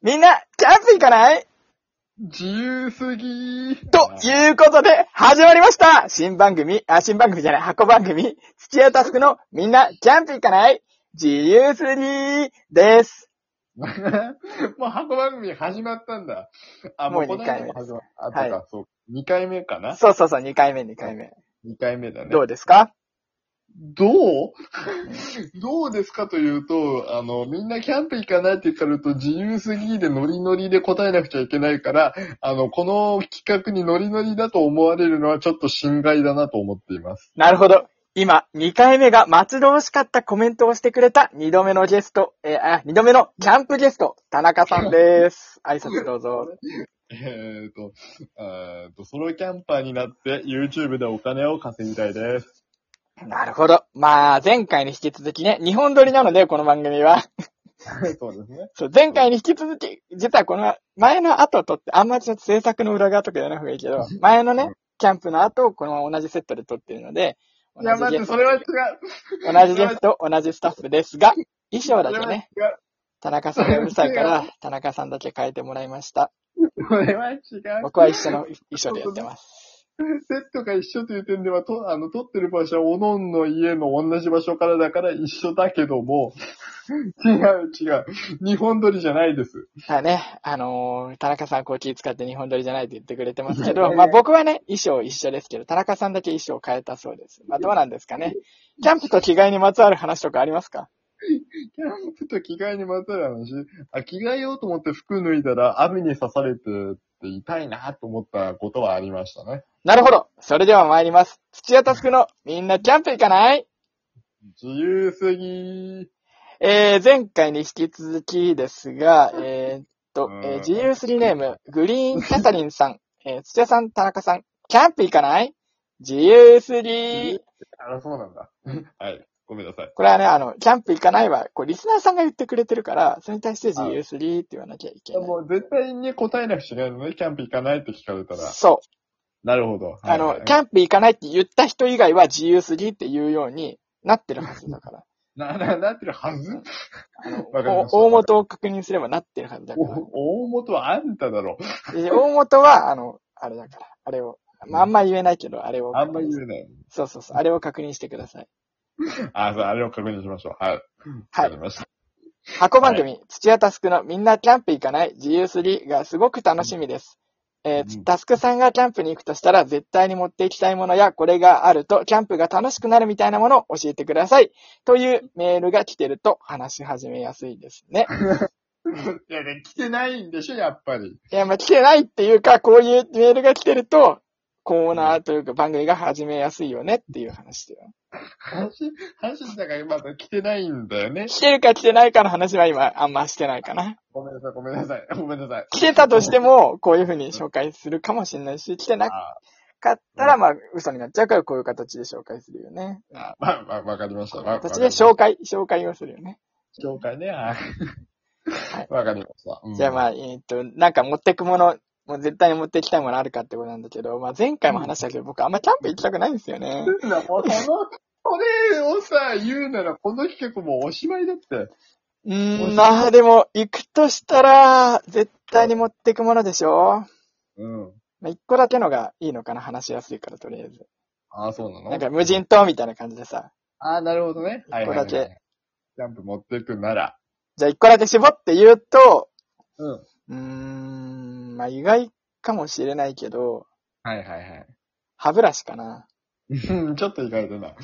みんな、キャンプ行かない？ 自由すぎー。 ということで、始まりました新番組じゃない、箱番組、土屋タスクのみんな、キャンプ行かない自由すぎーです。 もう箱番組始まったんだ。あ、 もうこの間も始まった。あ、とか、そう。2回目かな？ そう、2回目。 2回目だね。 どうですか？ どうですかというと、みんなキャンプ行かないって言ったらと自由すぎでノリノリで答えなくちゃいけないから、この企画にノリノリだと思われるのはちょっと心外だなと思っています。 なるほど。今、2回目が待ち遠しかったコメントをしてくれた2度目のゲスト、2度目のキャンプゲスト、田中さんです。挨拶どうぞ。 ソロキャンパーになって YouTube でお金を稼ぎたいです。 なるほど。まあ、前回に引き続きね、2本撮りなので、この番組は。 そうですね。 そう、前回に引き続き、実はこの前の後撮って、あんまちょっと制作の裏側とかやらない方がいいけど、前のね、キャンプの後、この同じセットで撮ってるので、 いや、待って、それは違う。 同じゲスト、同じスタッフですが、衣装だけね、田中さんがうるさいから、田中さんだけ変えてもらいました。 それは違う。 僕は一緒の衣装でやってます。 セットが一緒という点では、撮ってる場所はおのんの家の同じ場所からだから一緒だけども、違う。日本撮りじゃないです。 はいね、田中さんこう気使って日本撮りじゃないって言ってくれてますけど、まあ僕はね、衣装一緒ですけど、田中さんだけ衣装変えたそうです。まあどうなんですかね。キャンプと着替えにまつわる話とかありますか？ キャンプと着替えにまつわる話？着替えようと思って服脱いだら網に刺されてって痛いなと思ったことはありましたね。 なるほど。それでは参ります。土屋タスクのみんなキャンプ行かない？ 自由すぎ前回に引き続きですが、自由すぎネーム、グリーンキャサリンさん、土屋さん、田中さん、キャンプ行かない？自由すぎ。 そうなんだ。はい。ごめんなさい。 これはね、キャンプ行かないは、リスナーさんが言ってくれてるから、それに対して自由すぎって言わなきゃいけない。 もう絶対に答えなくちゃいけないのね。キャンプ行かないって聞かれたら。 そう。 なるほど。 キャンプ行かないって言った人以外は自由すぎって言うようになってるはずだから。 なってるはず？ 大元を確認すればなってるはずだから。 大元はあんただろ。 大元は、あれだから。あれを。まあ、あんま言えないけど、あれを。 あんま言えない。 そう。あれを確認してください。 あれを確認しましょう。はい。 はい。 わかりました。 箱番組、土屋タスクのみんなキャンプ行かない自由すぎがすごく楽しみです。タスクさんがキャンプに行くとしたら絶対に持っていきたいものやこれがあるとキャンプが楽しくなるみたいなものを教えてください。というメールが来てると話し始めやすいですね。 いや、来てないんでしょ、やっぱり。 いや、まあ、来てないっていうか、こういうメールが来てると、コーナーというか番組が始めやすいよねっていう話だよ。 話だからまだ来てないんだよね。 来てるか来てないかの話は今あんましてないかな。 ごめんなさい。 来てたとしても、こういう風に紹介するかもしれないし、来てなかったら、まあ、嘘になっちゃうから、こういう形で紹介するよね。 わかりました。 形で紹介をするよね。 紹介ね、はい。 はい。 わかりました。 じゃあまあ、なんか持ってくもの、もう絶対に持ってきたいものあるかってことなんだけど、まあ前回も話したけど、僕あんまキャンプ行きたくないんですよね。 もうこれをさ、言うなら、この企画もうおしまいだって。 まあでも、行くとしたら、絶対に持ってくものでしょ？まあ一個だけのがいいのかな、話しやすいから、とりあえず。 そうなの？ なんか無人島みたいな感じでさ。 なるほどね。 一個だけ。 キャンプ持ってくなら。 じゃあ一個だけ絞って言うと、まあ意外かもしれないけど、歯ブラシかな。 ちょっと意外だな。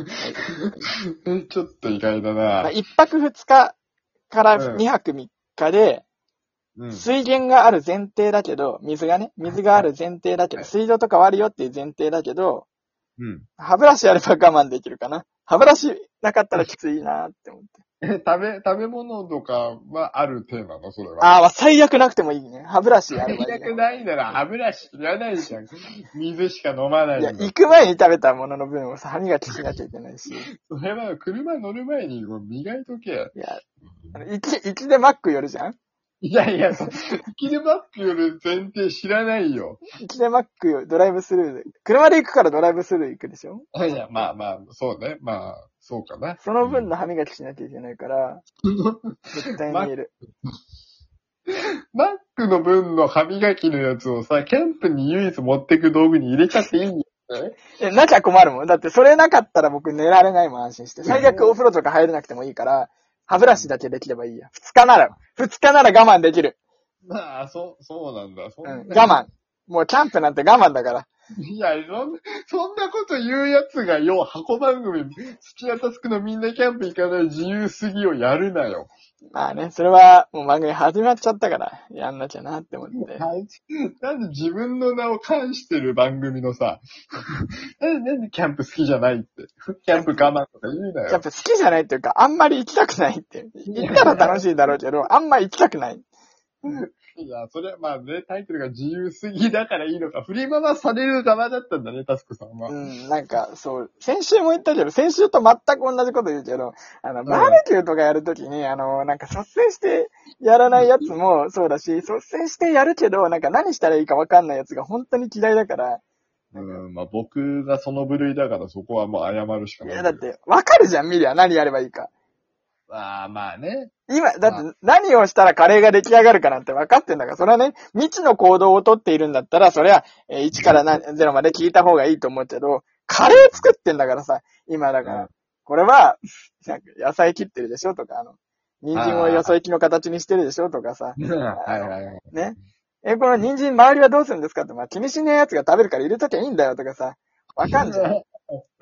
ちょっと意外だな。 まあ、1泊2日から2泊3日で、水源がある前提だけど、水がある前提だけど、水道とかはあるよっていう前提だけど、歯ブラシあれば我慢できるかな。歯ブラシなかったらきついなって思って。 食べ物とかはあるテーマのそれは。 まあ最悪なくてもいいね。歯ブラシあればいい、ね。 最悪ないなら歯ブラシいらないじゃん。水しか飲まないんだ。 いや、行く前に食べたものの分をさ、歯磨きしなきゃいけないし。 それは車乗る前に磨いとけ。 いや、行きでマック寄るじゃん？ いや、行きでマック寄る前提知らないよ。 行きでマックドライブスルーで。車で行くからドライブスルー行くでしょ？ いや、まあ、そうね。まあ、そうかな。 その分の歯磨きしなきゃいけないから、絶対に言える。 クの分の歯磨きのやつをさ、キャンプに唯一持ってく道具に入れちゃっていいんだよね。 なきゃ困るもん。だってそれなかったら僕寝られないもん、安心して。最悪お風呂とか入れなくてもいいから、歯ブラシだけできればいいや。2日なら我慢できる。 まあ、そうなんだ。 我慢。もうキャンプなんて我慢だから。 いや、そんなこと言うやつがよ、箱番組、土屋タスクのみんなキャンプ行かない自由すぎをやるなよ。 まあね、それはもう番組始まっちゃったから、やんなきゃなって思って。 なんで自分の名を冠してる番組のさ、なんでキャンプ好きじゃないって。キャンプ我慢とか言うなよ。 キャンプ好きじゃないっていうか、あんまり行きたくないって。行ったら楽しいだろうけど、あんま行きたくない。 いや、それはまあね、タイトルが自由すぎだからいいのか、振り回される側だったんだね、タスクさんは。 なんか、そう、先週も言ったけど、先週と全く同じこと言うけど、バーベキューとかやるときに、なんか率先してやらないやつもそうだし、率先してやるけど、なんか何したらいいか分かんないやつが本当に嫌いだから。 まあ僕がその部類だからそこはもう謝るしかない。 いや、だって、分かるじゃん、見りゃ何やればいいか。 まあね。 今、だって何をしたらカレーが出来上がるかなんて分かってんだから、それはね、未知の行動をとっているんだったら、それは1から0まで聞いた方がいいと思うけど、カレー作ってんだからさ、今だから。これは、なんか野菜切ってるでしょとか、人参をよそ行きの形にしてるでしょとかさ。ね。この人参周りはどうするんですかって、まあ気にしねえ奴が食べるから入れときゃいいんだよとかさ。わかんじゃん。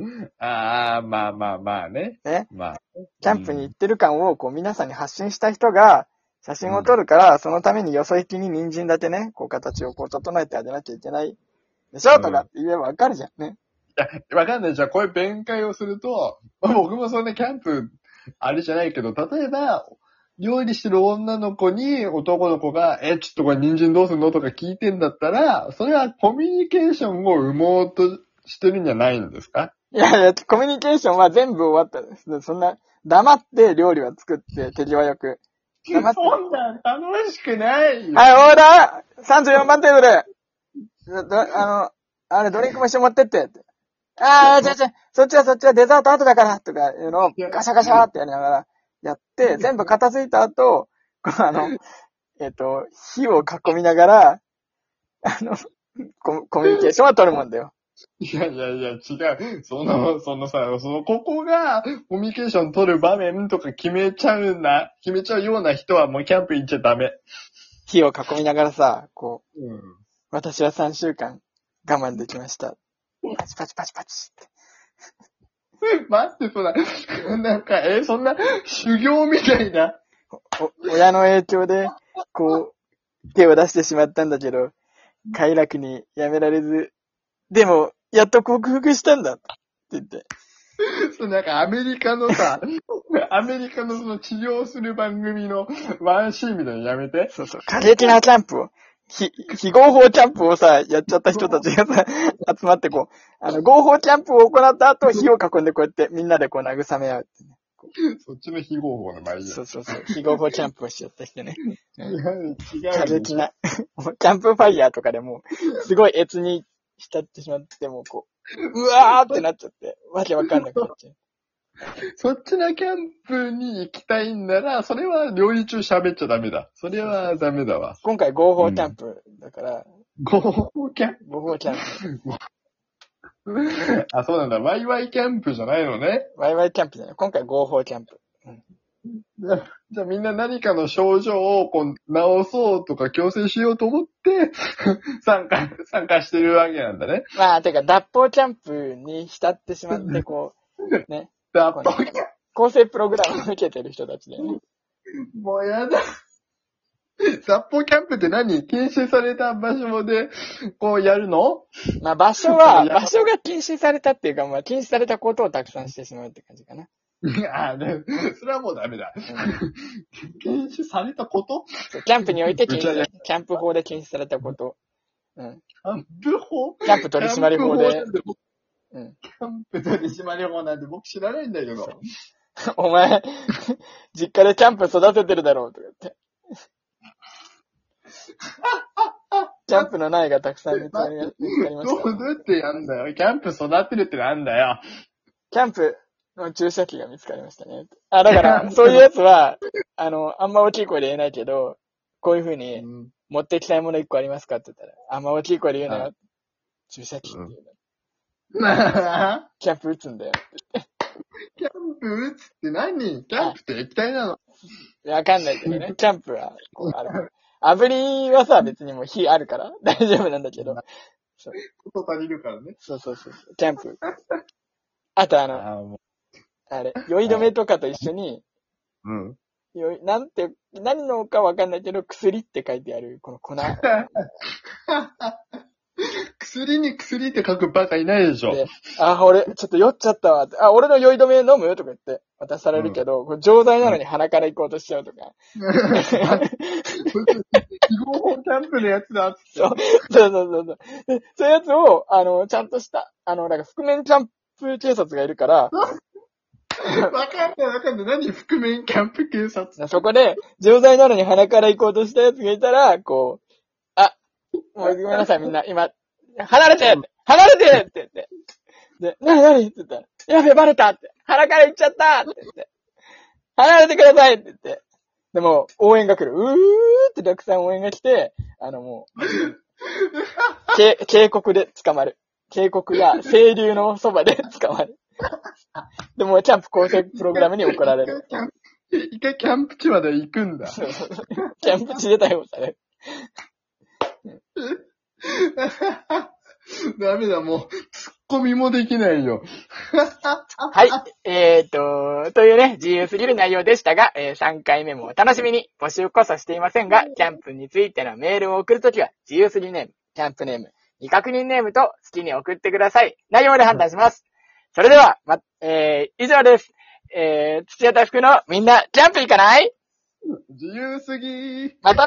まあね。 ね。まあ。キャンプに行ってる感をこう皆さんに発信した人が写真を撮るから、そのためによそ行きに人参だけね、こう形をこう整えてあげなきゃいけないでしょとかって言えばわかるじゃんね。 いや、わかんない。じゃあこういう弁解をすると、僕もそんなキャンプ、あれじゃないけど、例えば、料理してる女の子に男の子が、ちょっとこれ人参どうすんのとか聞いてんだったら、それはコミュニケーションを生もうとしてるんじゃないんですか？ いや、コミュニケーションは全部終わったです。そんな、黙って料理は作って手際よく。 そんなん楽しくないよ。 はい、オーダー !34 番テーブルあれドリンクも一緒に持ってって。そっちはデザート後だからとかいうのをガシャガシャってやりながらやって、全部片付いた後、火を囲みながら、コミュニケーションは取るもんだよ。 いや、違う。ここがコミュニケーション取る場面とか決めちゃうような人はもうキャンプ行っちゃダメ。 火を囲みながらさ、私は3週間我慢できました。パチパチパチパチって。 待って、なんか、そんな修行みたいな。 親の影響で、手を出してしまったんだけど、快楽にやめられず、でも、やっと克服したんだって言って。 なんかアメリカのその治療する番組のワンシーンみたいなのやめて。 そう。過激なキャンプを、非合法キャンプをさ、やっちゃった人たちがさ、集まって合法キャンプを行った後、火を囲んでこうやってみんなで慰め合うってね。 そっちの非合法の場合。 そう。非合法キャンプをしちゃった人ね。 違う。 過激な。キャンプファイヤーとかでも、すごい越に浸ってしまって、もうわーってなっちゃって、わけわかんなくなっちゃう。 そっちのキャンプに行きたいんなら、それは料理中喋っちゃダメだ。それはダメだわ。 今回合法キャンプだから。 合法キャンプ合法キャンプ。あ、そうなんだ。ワイワイキャンプじゃないのね。 ワイワイキャンプじゃない。今回合法キャンプ。 じゃあみんな何かの症状を治そうとか強制しようと思って参加してるわけなんだね。 まあ、てか脱法キャンプに浸ってしまって、ね。 脱法キャンプ構成プログラムを受けてる人たちでね。 もうやだ。脱法キャンプって何？禁止された場所で、やるの？ まあ場所が禁止されたっていうか、まあ禁止されたことをたくさんしてしまうって感じかな。 それはもうダメだ。禁止されたこと？ キャンプにおいてキャンプ法で禁止されたこと。 キャンプ法？ キャンプ取締法で。 キャンプ取締法なんて僕知らないんだけど。 お前、実家でキャンプ育ててるだろうとか言って。キャンプの苗がたくさん見つかりました。 どうやってやんだよ。キャンプ育てるってなんだよ。 キャンプの注射器が見つかりましたね。だから、そういうやつは、あんま大きい声で言えないけど、こういう風に、 持ってきたいもの1個ありますかって言ったら、あんま大きい声で言うなよ。注射器っていうの。 なキャンプ打つんだよ。 キャンプ打つって何？キャンプって液体なの？ わかんないけどね。キャンプは、こうある。炙りはさ、別にもう火あるから大丈夫なんだけど。 こと足りるからね。 そう。キャンプ。あともあれ、酔い止めとかと一緒に、 う。うん。 何のかわかんないけど、薬って書いてある、この粉。 薬に薬って書くバカいないでしょ。 で、俺、ちょっと酔っちゃったわって。俺の酔い止め飲むとか言って渡されるけど、これ錠剤なのに鼻から行こうとしちゃうとか。 非合法キャンプのやつだっつって。 そう。でそういうやつを、ちゃんとした、なんか覆面キャンプ警察がいるから、 わかんない。何覆面キャンプ警察。 そこで、錠剤なのに鼻から行こうとしたやつがいたら、こう、もうごめんなさいみんな、今、離れてって言って。で、何って言ったら、やべ、バレたって。鼻から行っちゃったって言って。離れてくださいって言って。でも、応援が来る。ってたくさん応援が来て、もう、渓谷で捕まる。渓谷や清流のそばで捕まる。でも、キャンプ構成プログラムに怒られる。 一回キャンプ地まで行くんだ。 キャンプ地で逮捕される。 ダメだ、もう、ツッコミもできないよ。 はい。というね、自由すぎる内容でしたが、3回目もお楽しみに。募集こそしていませんが、キャンプについてのメールを送るときは、自由すぎるネーム、キャンプネーム、未確認ネームと好きに送ってください。内容で判断します。それでは、以上です。土屋と福のみんな、キャンプ行かない？ 自由すぎー。 また